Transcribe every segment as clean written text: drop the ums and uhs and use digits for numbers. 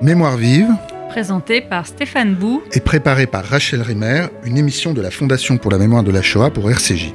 Mémoire vive, présenté par Stéphane Bou et préparée par Rachel Rimmer, une émission de la Fondation pour la mémoire de la Shoah pour RCJ.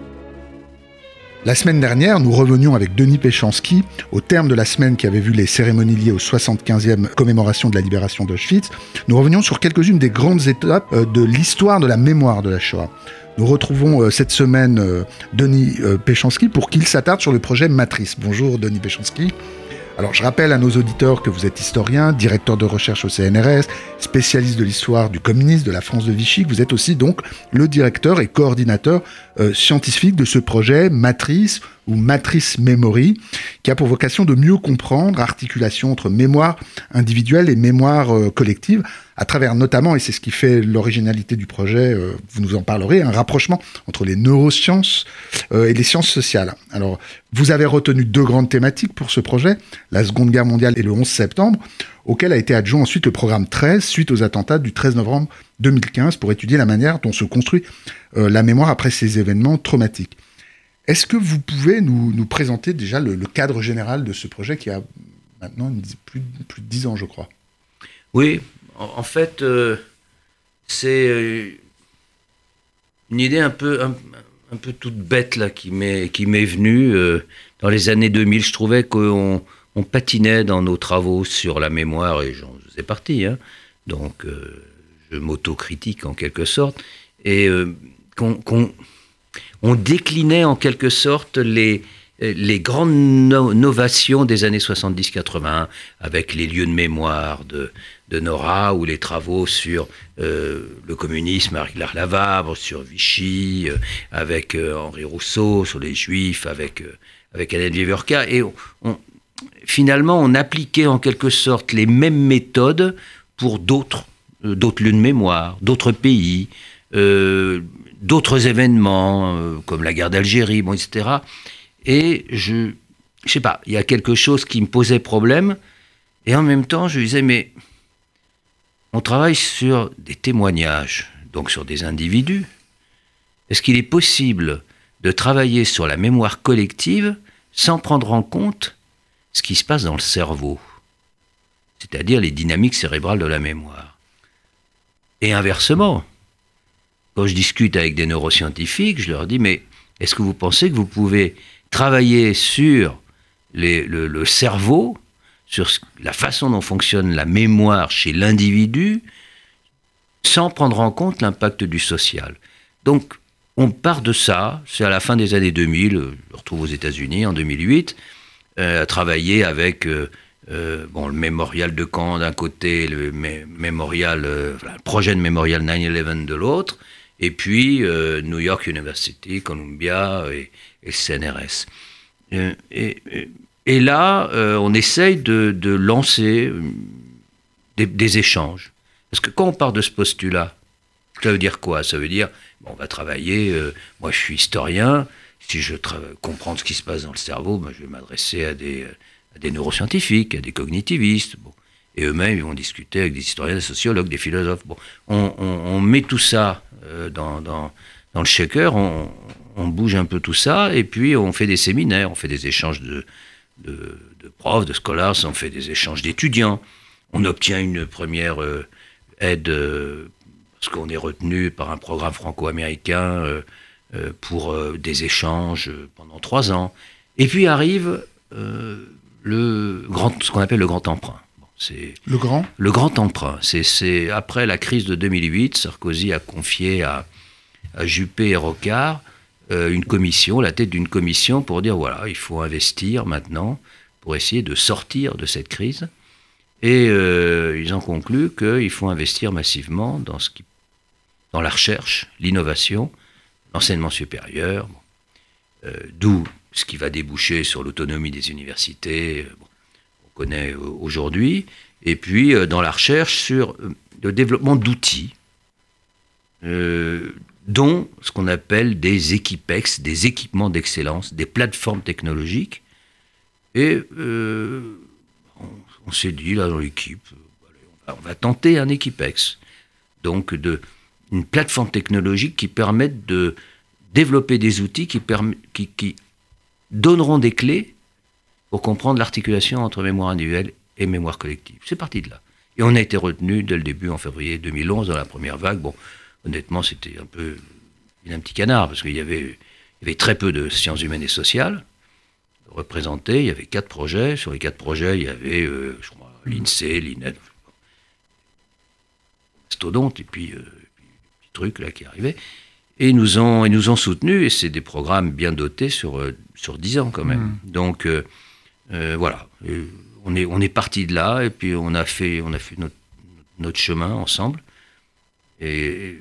La semaine dernière, nous revenions avec Denis Péchanski au terme de la semaine qui avait vu les cérémonies liées aux 75e commémorations de la libération d'Auschwitz. Nous revenions sur quelques-unes des grandes étapes de l'histoire de la mémoire de la Shoah. Nous retrouvons cette semaine Denis Péchanski pour qu'il s'attarde sur le projet Matrice. Bonjour Denis Péchanski. Alors je rappelle à nos auditeurs que vous êtes historien, directeur de recherche au CNRS, spécialiste de l'histoire du communisme, de la France de Vichy, que vous êtes aussi donc le directeur et coordinateur scientifique de ce projet Matrice ou Matrice Memory, qui a pour vocation de mieux comprendre l'articulation entre mémoire individuelle et mémoire collective, à travers notamment, et c'est ce qui fait l'originalité du projet, vous nous en parlerez, un rapprochement entre les neurosciences et les sciences sociales. Alors, vous avez retenu deux grandes thématiques pour ce projet, la Seconde Guerre mondiale et le 11 septembre, auquel a été adjoint ensuite le programme 13, suite aux attentats du 13 novembre 2015, pour étudier la manière dont se construit la mémoire après ces événements traumatiques. Est-ce que vous pouvez nous présenter déjà le cadre général de ce projet qui a maintenant plus de 10 ans, je crois? Oui, en fait, c'est une idée un peu toute bête là, qui m'est venue. Dans les années 2000, je trouvais qu'on patinait dans nos travaux sur la mémoire, et j'en faisais partie, hein. Donc je m'autocritique en quelque sorte, et on déclinait en quelque sorte les grandes novations des années 70-80, avec les lieux de mémoire de Nora, ou les travaux sur le communisme avec Hilaire Lavabre, sur Vichy, avec Henri Rousseau, sur les Juifs, avec Hélène Viverka, et finalement on appliquait en quelque sorte les mêmes méthodes pour d'autres lieux de mémoire, d'autres pays, d'autres événements, comme la guerre d'Algérie, bon, etc. Et je sais pas, il y a quelque chose qui me posait problème, et en même temps, je disais, mais on travaille sur des témoignages, donc sur des individus. Est-ce qu'il est possible de travailler sur la mémoire collective sans prendre en compte ce qui se passe dans le cerveau, c'est-à-dire les dynamiques cérébrales de la mémoire? Et inversement, quand je discute avec des neuroscientifiques, je leur dis, mais est-ce que vous pensez que vous pouvez travailler sur le cerveau, sur la façon dont fonctionne la mémoire chez l'individu, sans prendre en compte l'impact du social? Donc, on part de ça, c'est à la fin des années 2000, je me retrouve aux États-Unis en 2008, à travailler avec le mémorial de Caen d'un côté, le projet de mémorial 9/11 de l'autre, et puis New York University, Columbia et le CNRS. Et là, on essaye de lancer des échanges. Parce que quand on part de ce postulat, ça veut dire quoi? Ça veut dire, on va travailler, moi je suis historien, si je comprends ce qui se passe dans le cerveau, je vais m'adresser à des neuroscientifiques, à des cognitivistes, bon. Et eux-mêmes, ils vont discuter avec des historiens, des sociologues, des philosophes. Bon, on met tout ça dans le shaker, on bouge un peu tout ça, et puis on fait des séminaires, on fait des échanges de profs, de scholars, on fait des échanges d'étudiants. On obtient une première aide, parce qu'on est retenu par un programme franco-américain pour des échanges pendant 3 ans. Et puis arrive ce qu'on appelle le grand emprunt. C'est le grand emprunt. C'est après la crise de 2008, Sarkozy a confié à Juppé et Rocard la tête d'une commission pour dire, voilà, il faut investir maintenant pour essayer de sortir de cette crise. Et ils ont conclu qu'il faut investir massivement dans la recherche, l'innovation, l'enseignement supérieur, d'où ce qui va déboucher sur l'autonomie des universités, on connaît aujourd'hui, et puis dans la recherche sur le développement d'outils, dont ce qu'on appelle des équipex, des équipements d'excellence, des plateformes technologiques. Et on s'est dit, là, dans l'équipe, on va tenter un équipex. Donc, une plateforme technologique qui permette de développer des outils qui donneront des clés pour comprendre l'articulation entre mémoire individuelle et mémoire collective. C'est parti de là. Et on a été retenu dès le début, en février 2011, dans la première vague. Bon, honnêtement, c'était un peu un petit canard, parce qu'il y avait très peu de sciences humaines et sociales représentées. Il y avait 4 projets. Sur les 4 projets, il y avait, je crois, l'INSEE, l'INED, Mastodonte, et puis petit truc là qui arrivait. Et ils nous ont soutenus, et c'est des programmes bien dotés sur 10 ans quand même. Donc voilà, on est parti de là, et puis on a fait notre chemin ensemble. Et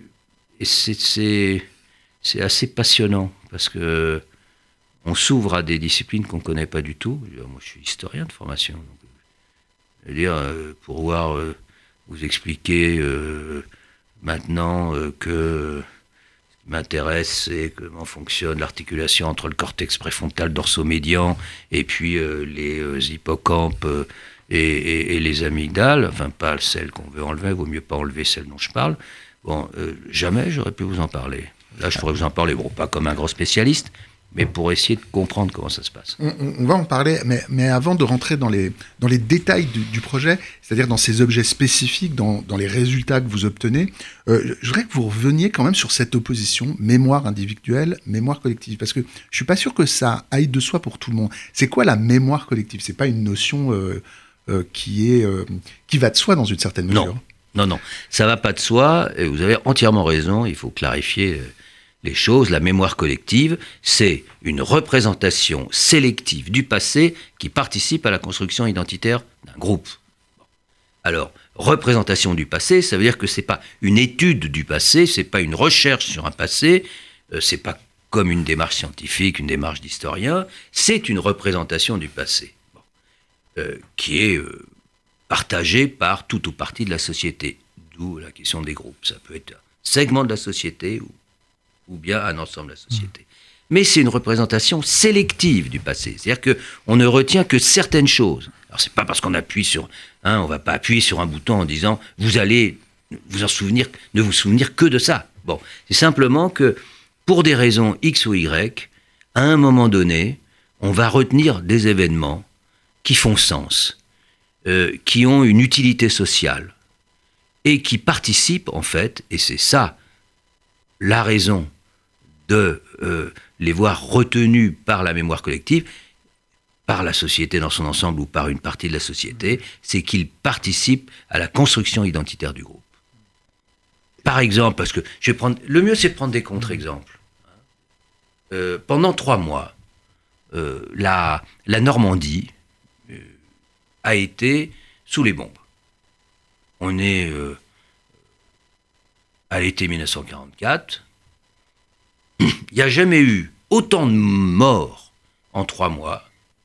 c'est assez passionnant, parce que on s'ouvre à des disciplines qu'on ne connaît pas du tout. Moi, je suis historien de formation. Donc, je veux dire, pour pouvoir vous expliquer maintenant que ce qui m'intéresse, c'est comment fonctionne l'articulation entre le cortex préfrontal dorsomédian et puis les hippocampes et les amygdales, enfin pas celles qu'on veut enlever, il vaut mieux pas enlever celles dont je parle. Bon, jamais j'aurais pu vous en parler. Là, je pourrais vous en parler, bon, pas comme un gros spécialiste, mais pour essayer de comprendre comment ça se passe. On va en parler, mais avant de rentrer dans les détails du projet, c'est-à-dire dans ces objets spécifiques, dans les résultats que vous obtenez, je voudrais que vous reveniez quand même sur cette opposition mémoire individuelle, mémoire collective, parce que je ne suis pas sûr que ça aille de soi pour tout le monde. C'est quoi la mémoire collective ? Ce n'est pas une notion qui va de soi dans une certaine mesure. Non, ça ne va pas de soi, et vous avez entièrement raison, il faut clarifier les choses. La mémoire collective, c'est une représentation sélective du passé qui participe à la construction identitaire d'un groupe. Alors, représentation du passé, ça veut dire que c'est pas une étude du passé, c'est pas une recherche sur un passé, c'est pas comme une démarche scientifique, une démarche d'historien, c'est une représentation du passé, qui est partagée par tout ou partie de la société. D'où la question des groupes. Ça peut être un segment de la société ou bien un ensemble de la société. Mais c'est une représentation sélective du passé. C'est-à-dire qu'on ne retient que certaines choses. Alors, c'est pas parce qu'on appuie sur... on va pas appuyer sur un bouton en disant « vous allez ne vous souvenir que de ça ». Bon, c'est simplement que, pour des raisons X ou Y, à un moment donné, on va retenir des événements qui font sens, qui ont une utilité sociale, et qui participent, en fait, et c'est ça la raison de les voir retenus par la mémoire collective, par la société dans son ensemble ou par une partie de la société, c'est qu'ils participent à la construction identitaire du groupe. Par exemple, parce que le mieux c'est de prendre des contre-exemples. Pendant 3 mois, la Normandie a été sous les bombes. On est à l'été 1944. Il n'y a jamais eu autant de morts en 3 mois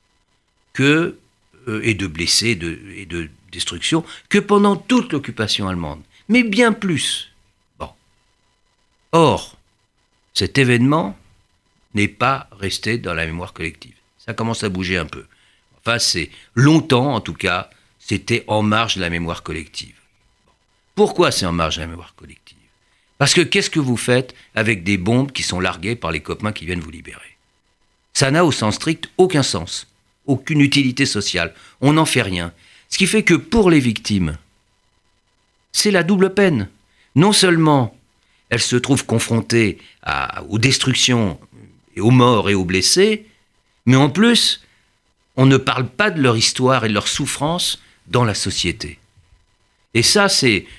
et de blessés et de destruction que pendant toute l'occupation allemande. Mais bien plus. Bon. Or, cet événement n'est pas resté dans la mémoire collective. Ça commence à bouger un peu. Enfin, c'est longtemps, en tout cas, c'était en marge de la mémoire collective. Pourquoi c'est en marge de la mémoire collective ? Parce que qu'est-ce que vous faites avec des bombes qui sont larguées par les copains qui viennent vous libérer ? Ça n'a au sens strict aucun sens, aucune utilité sociale. On n'en fait rien. Ce qui fait que pour les victimes, c'est la double peine. Non seulement elles se trouvent confrontées aux destructions, et aux morts et aux blessés, mais en plus, on ne parle pas de leur histoire et de leur souffrance dans la société. Et ça,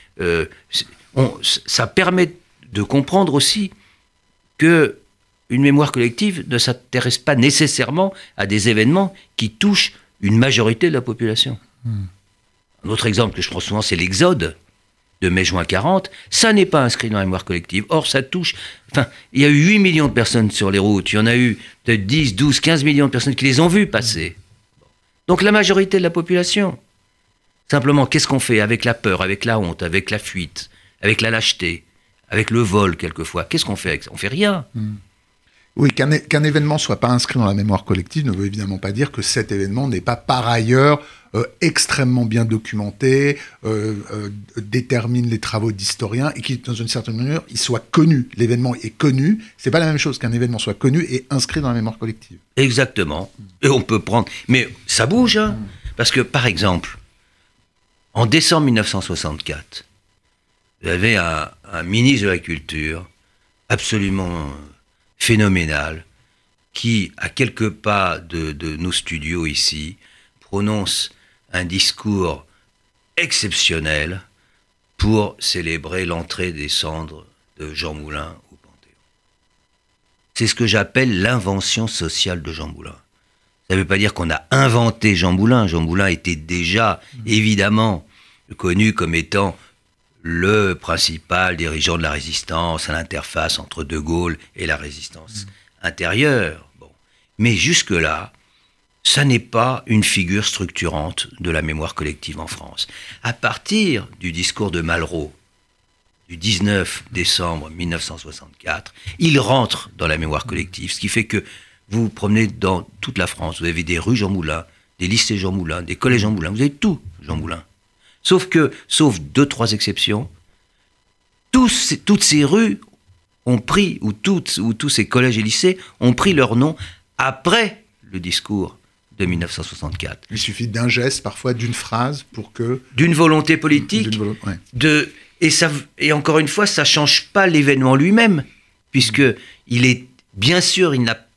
ça permet de comprendre aussi que une mémoire collective ne s'intéresse pas nécessairement à des événements qui touchent une majorité de la population. Un autre exemple que je prends souvent, c'est l'Exode de mai-juin 40. Ça n'est pas inscrit dans la mémoire collective. Or, ça touche... Enfin, il y a eu 8 millions de personnes sur les routes. Il y en a eu peut-être 10, 12, 15 millions de personnes qui les ont vues passer. Donc la majorité de la population. Simplement, qu'est-ce qu'on fait avec la peur, avec la honte, avec la fuite, avec la lâcheté, avec le vol quelquefois ? Qu'est-ce qu'on fait avec ça ? On fait rien. Oui, qu'un événement soit pas inscrit dans la mémoire collective ne veut évidemment pas dire que cet événement n'est pas par ailleurs extrêmement bien documenté, détermine les travaux d'historiens et qui, dans une certaine manière, il soit connu. L'événement est connu. C'est pas la même chose qu'un événement soit connu et inscrit dans la mémoire collective. Exactement. Et on peut prendre... Mais ça bouge, hein. Parce que, par exemple, En décembre 1964, vous avez un ministre de la Culture absolument phénoménal qui, à quelques pas de nos studios ici, prononce un discours exceptionnel pour célébrer l'entrée des cendres de Jean Moulin au Panthéon. C'est ce que j'appelle l'invention sociale de Jean Moulin. Ça ne veut pas dire qu'on a inventé Jean Moulin. Jean Moulin était déjà, évidemment, connu comme étant le principal dirigeant de la résistance à l'interface entre De Gaulle et la résistance intérieure. Bon. Mais jusque-là, ça n'est pas une figure structurante de la mémoire collective en France. À partir du discours de Malraux, du 19 décembre 1964, il rentre dans la mémoire collective, ce qui fait que vous vous promenez dans toute la France, vous avez des rues Jean Moulin, des lycées Jean Moulin, des collèges Jean Moulin, vous avez tout Jean Moulin. Sauf 2-3 exceptions, toutes ces rues ont pris, ou tous ces collèges et lycées ont pris leur nom après le discours de 1964. Il suffit d'un geste, parfois d'une phrase, pour que... D'une volonté politique, ouais. Et encore une fois, ça ne change pas l'événement lui-même, puisque il est, bien sûr,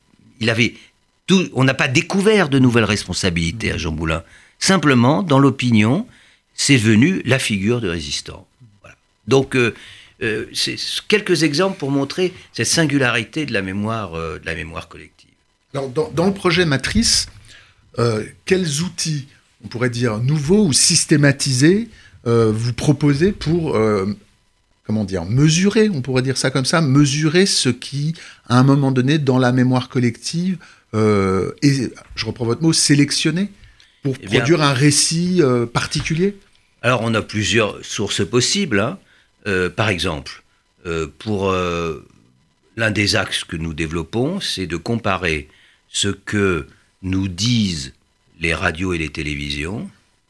on n'a pas découvert de nouvelles responsabilités à Jean Moulin. Simplement, dans l'opinion, c'est venu la figure de résistant. Voilà. Donc, c'est quelques exemples pour montrer cette singularité de la mémoire collective. Alors, dans le projet Matrice, quels outils, on pourrait dire, nouveaux ou systématisés, vous proposez pour, mesurer, on pourrait dire ça comme ça, mesurer ce qui, à un moment donné, dans la mémoire collective, et, je reprends votre mot, sélectionner pour produire un récit particulier? Alors, on a plusieurs sources possibles. Hein. Par exemple, pour l'un des axes que nous développons, c'est de comparer ce que nous disent les radios et les télévisions,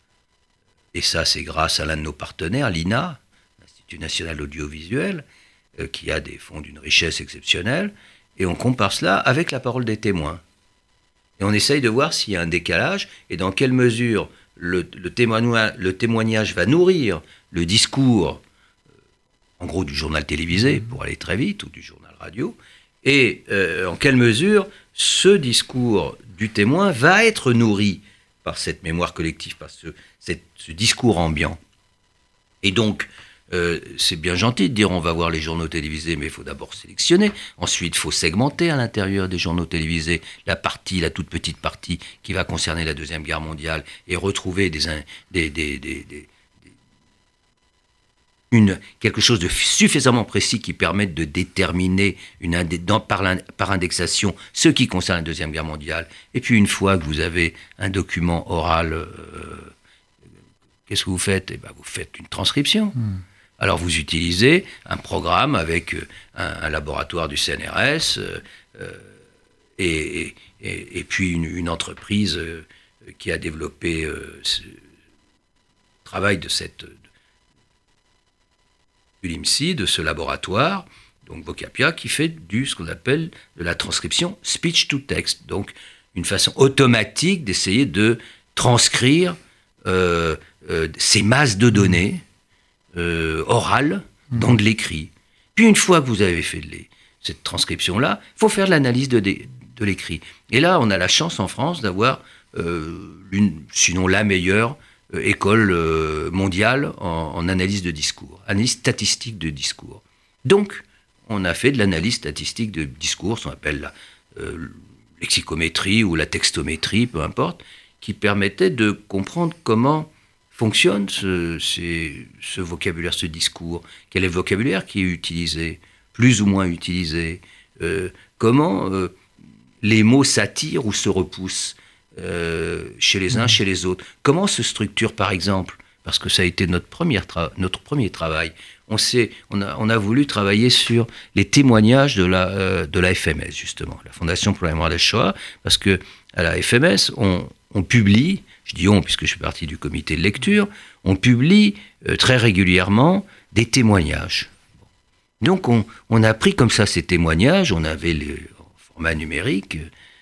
et ça c'est grâce à l'un de nos partenaires, l'INA, l'Institut National Audiovisuel, qui a des fonds d'une richesse exceptionnelle, et on compare cela avec la parole des témoins. Et on essaye de voir s'il y a un décalage, et dans quelle mesure le témoignage va nourrir le discours, en gros du journal télévisé, pour aller très vite, ou du journal radio, et en quelle mesure ce discours du témoin va être nourri par cette mémoire collective, par ce discours ambiant. Et donc, c'est bien gentil de dire on va voir les journaux télévisés, mais il faut d'abord sélectionner. Ensuite, il faut segmenter à l'intérieur des journaux télévisés la toute petite partie qui va concerner la Deuxième Guerre mondiale et retrouver quelque chose de suffisamment précis qui permette de déterminer par indexation ce qui concerne la Deuxième Guerre mondiale. Et puis une fois que vous avez un document oral, qu'est-ce que vous faites ? Vous faites une transcription. Alors vous utilisez un programme avec un laboratoire du CNRS et puis une entreprise qui a développé ce travail de l'IMSI, de ce laboratoire, donc Vocapia, qui fait ce qu'on appelle de la transcription speech to text, donc une façon automatique d'essayer de transcrire ces masses de données orales dans de l'écrit. Puis une fois que vous avez fait cette transcription-là, il faut faire de l'analyse de l'écrit. Et là, on a la chance en France d'avoir sinon la meilleure école mondiale en analyse de discours, analyse statistique de discours. Donc, on a fait de l'analyse statistique de discours, ce qu'on appelle la lexicométrie ou la textométrie, peu importe, qui permettait de comprendre comment fonctionne ce vocabulaire, ce discours, quel est le vocabulaire qui est utilisé, plus ou moins utilisé, comment les mots s'attirent ou se repoussent chez les uns, chez les autres. Comment se structure, par exemple, parce que ça a été notre premier travail, on a voulu travailler sur les témoignages de la FMS, justement, la Fondation pour la mémoire de la Shoah, parce que à la FMS, on publie, je dis on puisque je fais partie du comité de lecture, on publie très régulièrement des témoignages. Donc on a pris comme ça ces témoignages, on avait le format numérique,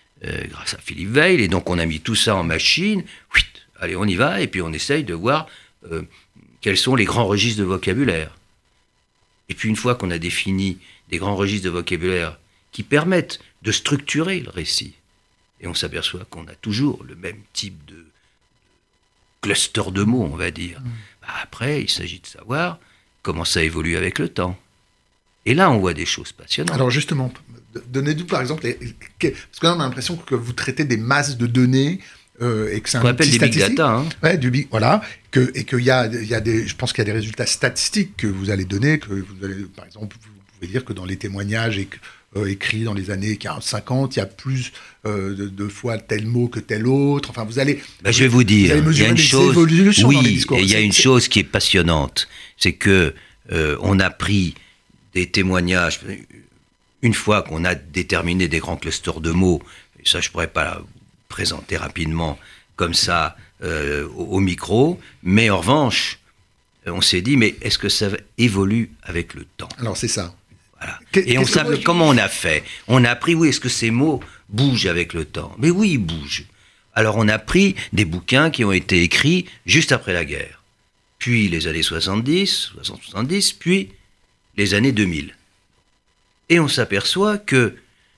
grâce à Philippe Veil, et donc on a mis tout ça en machine, allez on y va, et puis on essaye de voir quels sont les grands registres de vocabulaire. Et puis une fois qu'on a défini des grands registres de vocabulaire qui permettent de structurer le récit, et on s'aperçoit qu'on a toujours le même type de cluster de mots, on va dire. Après, il s'agit de savoir comment ça évolue avec le temps. Et là, on voit des choses passionnantes. Alors justement, donnez-nous par exemple, parce que là, on a l'impression que vous traitez des masses de données et que c'est un outil statistique. Big data. Hein. Ouais, voilà, et qu'il y a des, je pense qu'il y a des résultats statistiques que vous allez donner, que vous allez, par exemple, vous pouvez dire que dans les témoignages écrits dans les années 40-50, il y a plus de fois tel mot que tel autre. Enfin, vous allez. Je vais vous dire, il y a une chose. Oui, et il y a une chose qui est passionnante, c'est que on a pris des témoignages. Une fois qu'on a déterminé des grands clusters de mots, et ça je pourrais pas présenter rapidement comme ça au micro, mais en revanche, on s'est dit, mais est-ce que ça évolue avec le temps ? Alors c'est ça. Voilà. Et on savait comment on a fait. On a appris, oui, est-ce que ces mots bougent avec le temps ? Mais oui, ils bougent. Alors on a pris des bouquins qui ont été écrits juste après la guerre, puis les années 70, puis les années 2000. Et on s'aperçoit que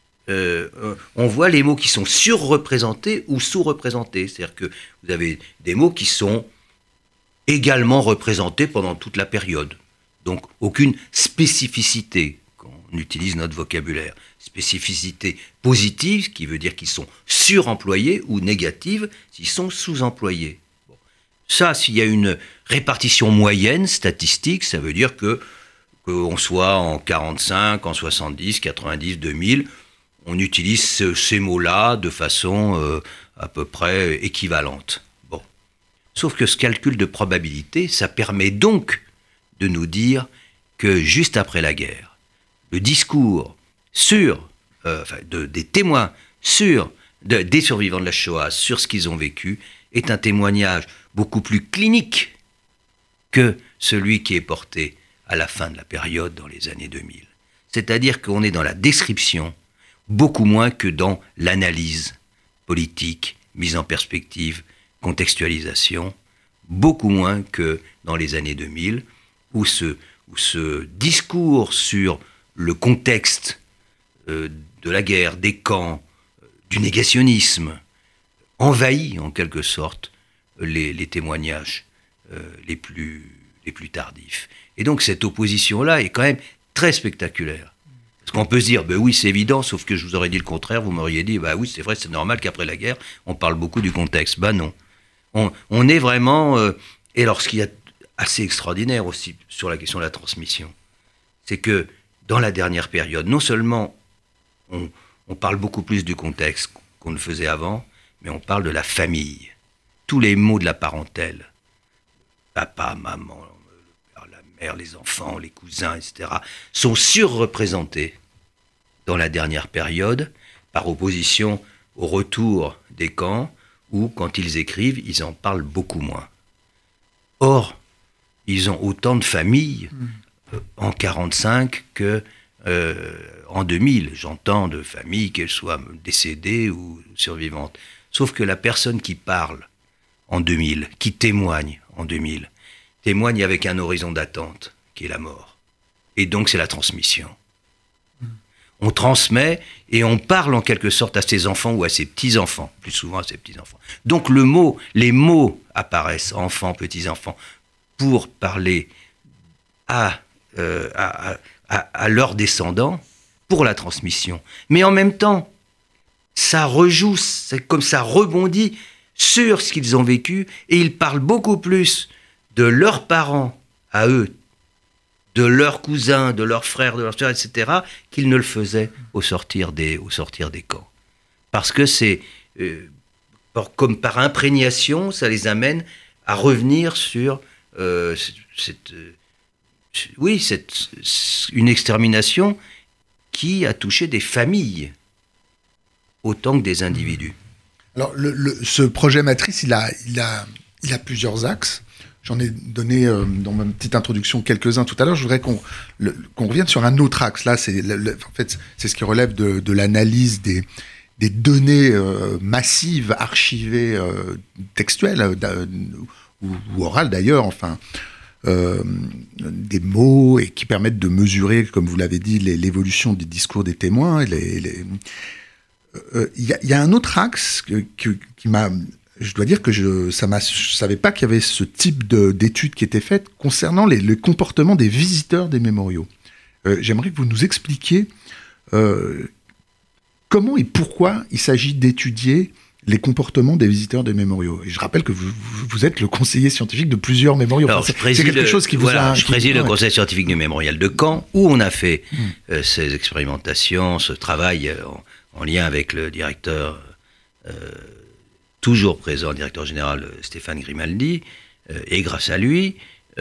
on voit les mots qui sont surreprésentés ou sous-représentés. C'est-à-dire que vous avez des mots qui sont également représentés pendant toute la période. Donc aucune spécificité quand on utilise notre vocabulaire. Spécificité positive, ce qui veut dire qu'ils sont suremployés, ou négative, s'ils sont sous-employés. Bon. Ça, s'il y a une répartition moyenne statistique, ça veut dire qu'on soit en 45, en 70, 90, 2000, on utilise ces mots-là de façon à peu près équivalente. Bon. Sauf que ce calcul de probabilité, ça permet donc de nous dire que juste après la guerre, le discours des témoins des survivants de la Shoah sur ce qu'ils ont vécu est un témoignage beaucoup plus clinique que celui qui est porté à la fin de la période dans les années 2000. C'est-à-dire qu'on est dans la description beaucoup moins que dans l'analyse politique, mise en perspective, contextualisation, beaucoup moins que dans les années 2000, où ce discours sur le contexte de la guerre, des camps, du négationnisme, envahit en quelque sorte les témoignages les plus tardifs. Et donc cette opposition-là est quand même très spectaculaire. Parce qu'on peut se dire, oui, c'est évident, sauf que je vous aurais dit le contraire, vous m'auriez dit, oui, c'est vrai, c'est normal qu'après la guerre, on parle beaucoup du contexte. Non. On est vraiment... et alors, ce qu'il y a assez extraordinaire aussi sur la question de la transmission, c'est que dans la dernière période, non seulement on parle beaucoup plus du contexte qu'on ne le faisait avant, mais on parle de la famille. Tous les mots de la parentèle, papa, maman, la mère, les enfants, les cousins, etc., sont surreprésentés dans la dernière période, par opposition au retour des camps, où, quand ils écrivent, ils en parlent beaucoup moins. Or, ils ont autant de familles en 1945 qu'en 2000. J'entends de familles, qu'elles soient décédées ou survivantes. Sauf que la personne qui parle en 2000, qui témoigne en 2000, témoigne avec un horizon d'attente, qui est la mort. Et donc, c'est la transmission. On transmet et on parle en quelque sorte à ses enfants ou à ses petits-enfants, plus souvent à ses petits-enfants. Donc les mots apparaissent, enfants, petits-enfants, pour parler à leurs descendants, pour la transmission. Mais en même temps, ça rejoue, c'est comme ça rebondit sur ce qu'ils ont vécu, et ils parlent beaucoup plus de leurs parents à eux, de leurs cousins, de leurs frères, de leurs sœurs, etc., qu'ils ne le faisaient au sortir des camps. Parce que c'est, comme par imprégnation, ça les amène à revenir sur une extermination qui a touché des familles autant que des individus. Alors, ce projet Matrice, il a plusieurs axes. J'en ai donné dans ma petite introduction quelques-uns tout à l'heure. Je voudrais qu'on revienne sur un autre axe. Là, en fait, c'est ce qui relève de l'analyse des données massives, archivées, textuelles, ou orales d'ailleurs, enfin, des mots et qui permettent de mesurer, comme vous l'avez dit, l'évolution des discours des témoins. Il y a un autre axe qui m'a... Je dois dire que je savais pas qu'il y avait ce type d'études qui étaient faites concernant le comportement des visiteurs des mémoriaux. J'aimerais que vous nous expliquiez comment et pourquoi il s'agit d'étudier les comportements des visiteurs des mémoriaux. Et je rappelle que vous êtes le conseiller scientifique de plusieurs mémoriaux. Alors, c'est quelque chose qui vous a... Je préside le conseil scientifique du mémorial de Caen, où on a fait ces expérimentations, ce travail en lien avec le directeur, toujours présent, directeur général Stéphane Grimaldi, et grâce à lui,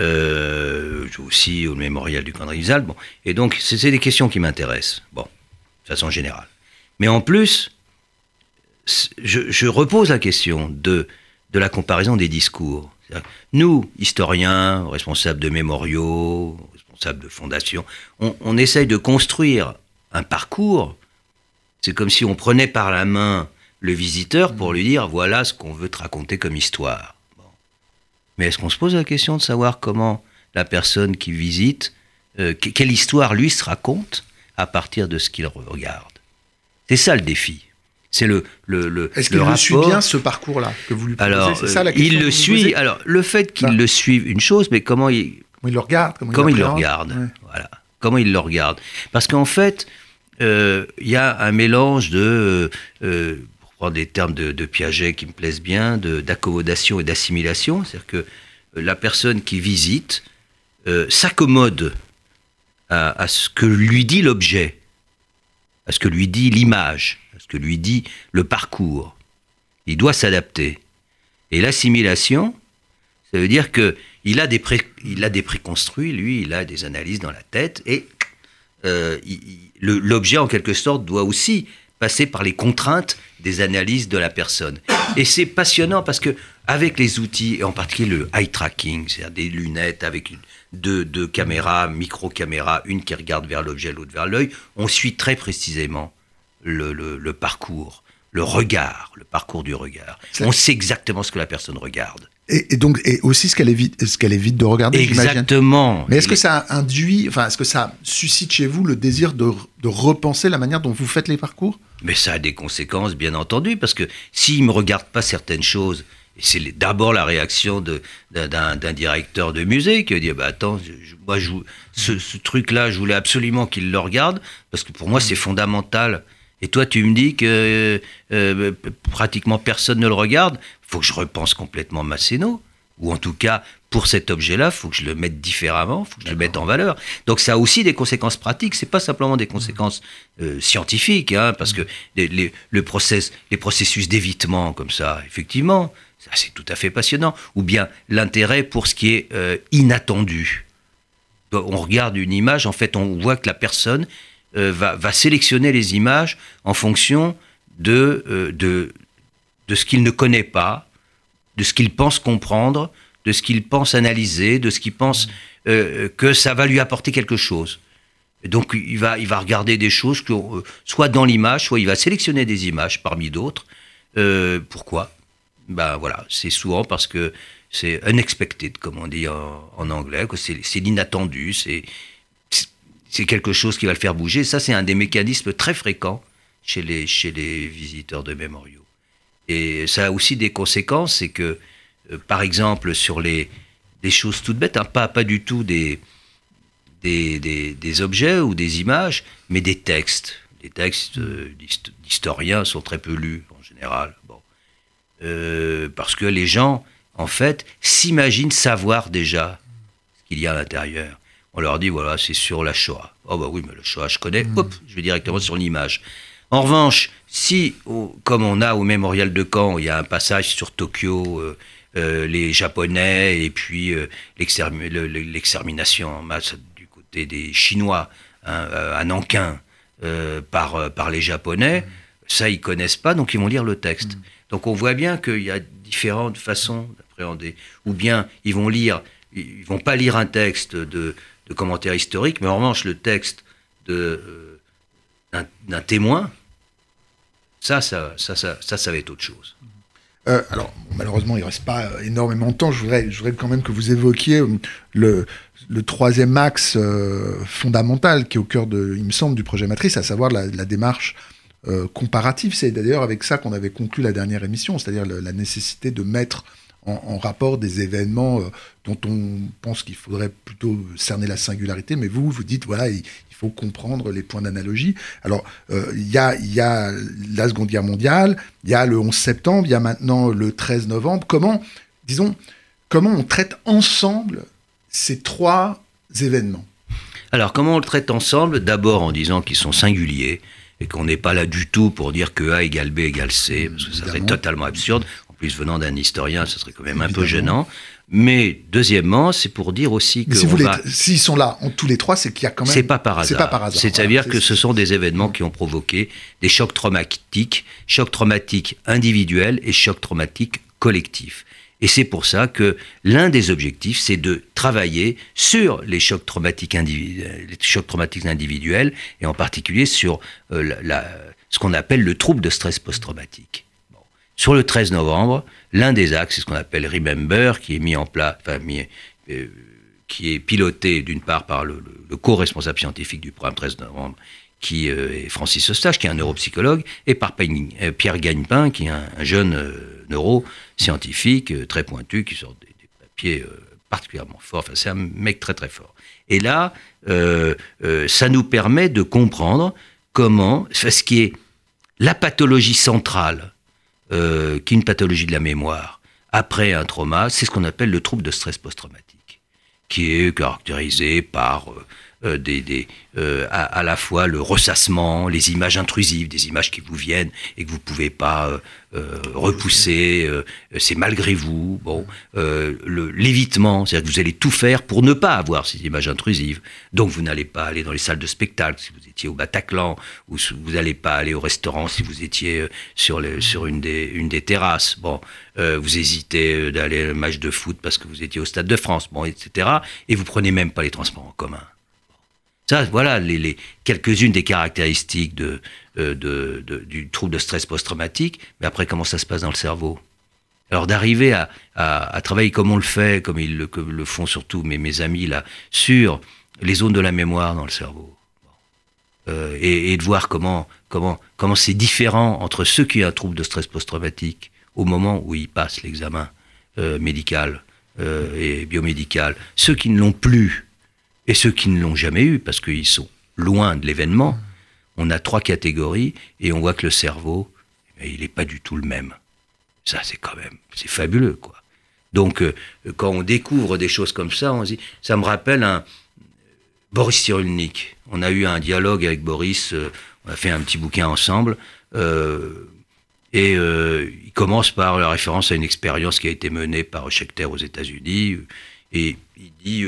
aussi au mémorial du Camp de Rivesaltes. Bon. Et donc, c'est des questions qui m'intéressent, de façon générale. Mais en plus, je repose la question de la comparaison des discours. Nous, historiens, responsables de mémoriaux, responsables de fondations, on essaye de construire un parcours. C'est comme si on prenait par la main le visiteur pour lui dire « voilà ce qu'on veut te raconter comme histoire ». Mais est-ce qu'on se pose la question de savoir comment la personne qui visite, quelle histoire lui se raconte à partir de ce qu'il regarde? C'est ça le défi. C'est Est-ce qu'il le suit bien ce parcours-là que vous lui proposez? Alors, c'est ça la question il le suit. Alors, le fait qu'il le suive, une chose, mais comment il le regarde, comment il le regarde. Ouais. Voilà. Comment il le regarde. Parce qu'en fait, il y a un mélange de, pour prendre des termes de Piaget qui me plaisent bien, d'accommodation et d'assimilation. C'est-à-dire que la personne qui visite s'accommode à ce que lui dit l'objet, à ce que lui dit l'image, à ce que lui dit le parcours. Il doit s'adapter. Et l'assimilation, ça veut dire qu'il a des préconstruits, lui, il a des analyses dans la tête, et l'objet, en quelque sorte, doit aussi passer par les contraintes des analyses de la personne. Et c'est passionnant parce que avec les outils, et en particulier le eye tracking, c'est-à-dire des lunettes avec deux caméras, micro-caméras, une qui regarde vers l'objet, l'autre vers l'œil, on suit très précisément le parcours, le regard, le parcours du regard. On sait exactement ce que la personne regarde. Et donc, et aussi ce qu'elle évite de regarder, exactement. J'imagine. Mais est-ce que ça induit, est-ce que ça suscite chez vous le désir de repenser la manière dont vous faites les parcours? Mais ça a des conséquences, bien entendu, parce que s'il ne me regarde pas certaines choses, et c'est d'abord la réaction d'un directeur de musée qui dit attends, moi ce truc-là, je voulais absolument qu'il le regarde, parce que pour moi c'est fondamental. Et toi, tu me dis que pratiquement personne ne le regarde. Il faut que je repense complètement ma scéno. Ou en tout cas, pour cet objet-là, il faut que je le mette différemment, il faut que je le mette en valeur. Donc ça a aussi des conséquences pratiques. Ce n'est pas simplement des conséquences scientifiques, parce que les processus d'évitement comme ça, effectivement, ça, c'est tout à fait passionnant. Ou bien l'intérêt pour ce qui est inattendu. On regarde une image, en fait, on voit que la personne va sélectionner les images en fonction de ce qu'il ne connaît pas, de ce qu'il pense comprendre, de ce qu'il pense analyser, de ce qu'il pense que ça va lui apporter quelque chose. Et donc il va regarder des choses soit dans l'image, soit il va sélectionner des images parmi d'autres. Pourquoi ? Voilà, c'est souvent parce que c'est unexpected, comme on dit en anglais, que c'est l'inattendu, c'est quelque chose qui va le faire bouger. Ça, c'est un des mécanismes très fréquents chez les visiteurs de mémoriaux. Et ça a aussi des conséquences, c'est que, par exemple, sur des choses toutes bêtes, pas du tout des objets ou des images, mais des textes. Les textes d'historiens sont très peu lus, en général. Parce que les gens, en fait, s'imaginent savoir déjà ce qu'il y a à l'intérieur. On leur dit, voilà, c'est sur la Shoah. Oh oui, mais la Shoah, je connais. Hop, je vais directement sur l'image. En revanche, si, comme on a au mémorial de Caen, il y a un passage sur Tokyo, les Japonais et puis l'extermination en masse du côté des Chinois, à Nankin, par les Japonais, ça, ils connaissent pas, donc ils vont lire le texte. Donc on voit bien qu'il y a différentes façons d'appréhender. Ou bien, ils vont pas lire un texte de commentaire historique, mais en revanche, le texte d'un témoin, ça va être autre chose. Alors, malheureusement, il ne reste pas énormément de temps. Je voudrais quand même que vous évoquiez le troisième axe fondamental qui est au cœur, il me semble, du projet Matrice, à savoir la démarche comparative. C'est d'ailleurs avec ça qu'on avait conclu la dernière émission, c'est-à-dire la nécessité de mettre en rapport des événements dont on pense qu'il faudrait plutôt cerner la singularité, mais vous dites, voilà, il faut comprendre les points d'analogie. Alors, il y a la Seconde Guerre mondiale, il y a le 11 septembre, il y a maintenant le 13 novembre. Comment on traite ensemble ces trois événements ? Alors, comment on le traite ensemble ? D'abord en disant qu'ils sont singuliers et qu'on n'est pas là du tout pour dire que A égale B égale C, parce que ça serait totalement absurde. En plus, venant d'un historien, ça serait quand même un peu gênant. Mais deuxièmement, c'est pour dire aussi que s'ils sont là tous les trois, c'est qu'il y a quand même... C'est pas par hasard. C'est-à-dire que ce sont des événements qui ont provoqué des chocs traumatiques individuels et chocs traumatiques collectifs. Et c'est pour ça que l'un des objectifs, c'est de travailler sur les chocs traumatiques individuels, et en particulier sur ce qu'on appelle le trouble de stress post-traumatique. Sur le 13 novembre, l'un des axes, c'est ce qu'on appelle Remember, qui est mis en place, qui est piloté d'une part par le co-responsable scientifique du programme 13 novembre, qui est Francis Eustache, qui est un neuropsychologue, et par Pierre Gagnepin, qui est un jeune neuroscientifique très pointu, qui sort des papiers particulièrement forts. Enfin, c'est un mec très très fort. Et là, ça nous permet de comprendre ce qui est la pathologie centrale, qui est une pathologie de la mémoire, après un trauma, c'est ce qu'on appelle le trouble de stress post-traumatique, qui est caractérisé par à la fois le ressassement, les images intrusives, des images qui vous viennent et que vous ne pouvez pas repousser, c'est malgré vous, l'évitement, c'est-à-dire que vous allez tout faire pour ne pas avoir ces images intrusives. Donc vous n'allez pas aller dans les salles de spectacle si vous étiez au Bataclan, ou vous n'allez pas aller au restaurant si vous étiez sur une des terrasses. Vous hésitez d'aller à un match de foot parce que vous étiez au Stade de France, etc. Et vous prenez même pas les transports en commun. Ça, voilà les quelques-unes des caractéristiques du trouble de stress post-traumatique. Mais après, comment ça se passe dans le cerveau ? Alors d'arriver à travailler comme on le fait, comme le font surtout mes amis là, sur les zones de la mémoire dans le cerveau, et de voir comment c'est différent entre ceux qui ont un trouble de stress post-traumatique au moment où ils passent l'examen médical et biomédical, ceux qui ne l'ont plus et ceux qui ne l'ont jamais eu, parce qu'ils sont loin de l'événement. On a 3 catégories, et on voit que le cerveau, il n'est pas du tout le même. Ça, c'est fabuleux, quoi. Donc, quand on découvre des choses comme ça, on se dit, ça me rappelle Boris Cyrulnik. On a eu un dialogue avec Boris, on a fait un petit bouquin ensemble, et il commence par la référence à une expérience qui a été menée par Schechter aux États-Unis, et il dit...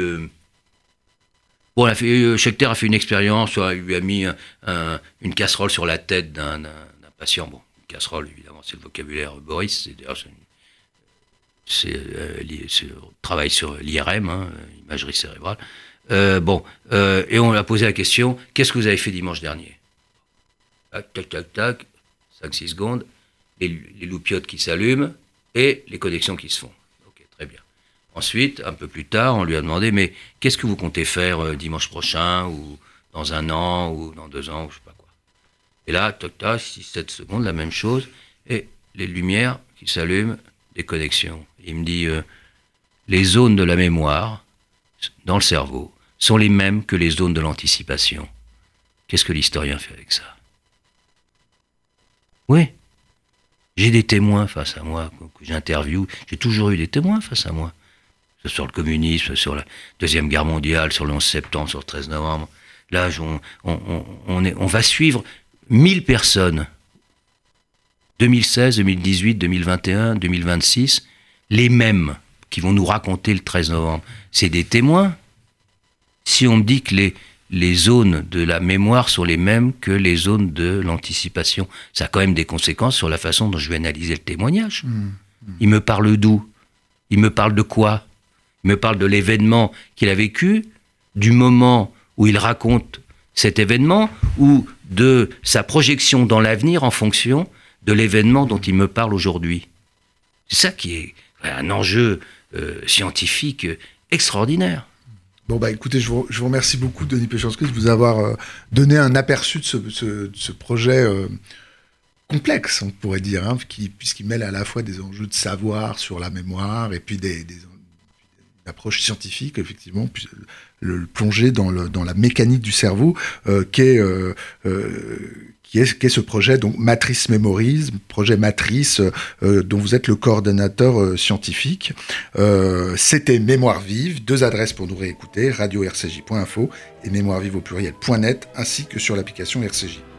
Schechter a fait une expérience, il lui a mis une casserole sur la tête d'un patient. Une casserole, évidemment, c'est le vocabulaire Boris, c'est travail sur l'IRM, imagerie cérébrale. Et on lui a posé la question, qu'est-ce que vous avez fait dimanche dernier ? Tac, tac, tac, 5-6 secondes, les loupiotes qui s'allument et les connexions qui se font. Ok, très bien. Ensuite, un peu plus tard, on lui a demandé, mais qu'est-ce que vous comptez faire dimanche prochain, ou dans 1 an, ou dans 2 ans, ou je sais pas quoi. Et là, toc, tac, 6-7 secondes, la même chose, et les lumières qui s'allument, des connexions. Il me dit, les zones de la mémoire, dans le cerveau, sont les mêmes que les zones de l'anticipation. Qu'est-ce que l'historien fait avec ça ? Oui, j'ai des témoins face à moi, que j'interviewe, j'ai toujours eu des témoins face à moi. Sur le communisme, sur la Deuxième Guerre mondiale, sur le 11 septembre, sur le 13 novembre. Là, on va suivre 1000 personnes. 2016, 2018, 2021, 2026, les mêmes qui vont nous raconter le 13 novembre. C'est des témoins. Si on me dit que les zones de la mémoire sont les mêmes que les zones de l'anticipation, ça a quand même des conséquences sur la façon dont je vais analyser le témoignage. Il me parle d'où ? Il me parle de quoi ? Il me parle de l'événement qu'il a vécu, du moment où il raconte cet événement, ou de sa projection dans l'avenir en fonction de l'événement dont il me parle aujourd'hui. C'est ça qui est un enjeu scientifique extraordinaire. Bon, écoutez, je vous remercie beaucoup, Denis Péchanski, de vous avoir donné un aperçu de ce projet complexe, on pourrait dire, puisqu'il mêle à la fois des enjeux de savoir sur la mémoire et puis des approches scientifiques, effectivement, puis le plonger dans la mécanique du cerveau, qu'est ce projet, donc Matrice Memories, projet Matrice, dont vous êtes le coordonnateur scientifique. C'était Mémoire Vive, 2 adresses pour nous réécouter, radio-rcj.info et mémoirevive au pluriel.net, ainsi que sur l'application RCJ.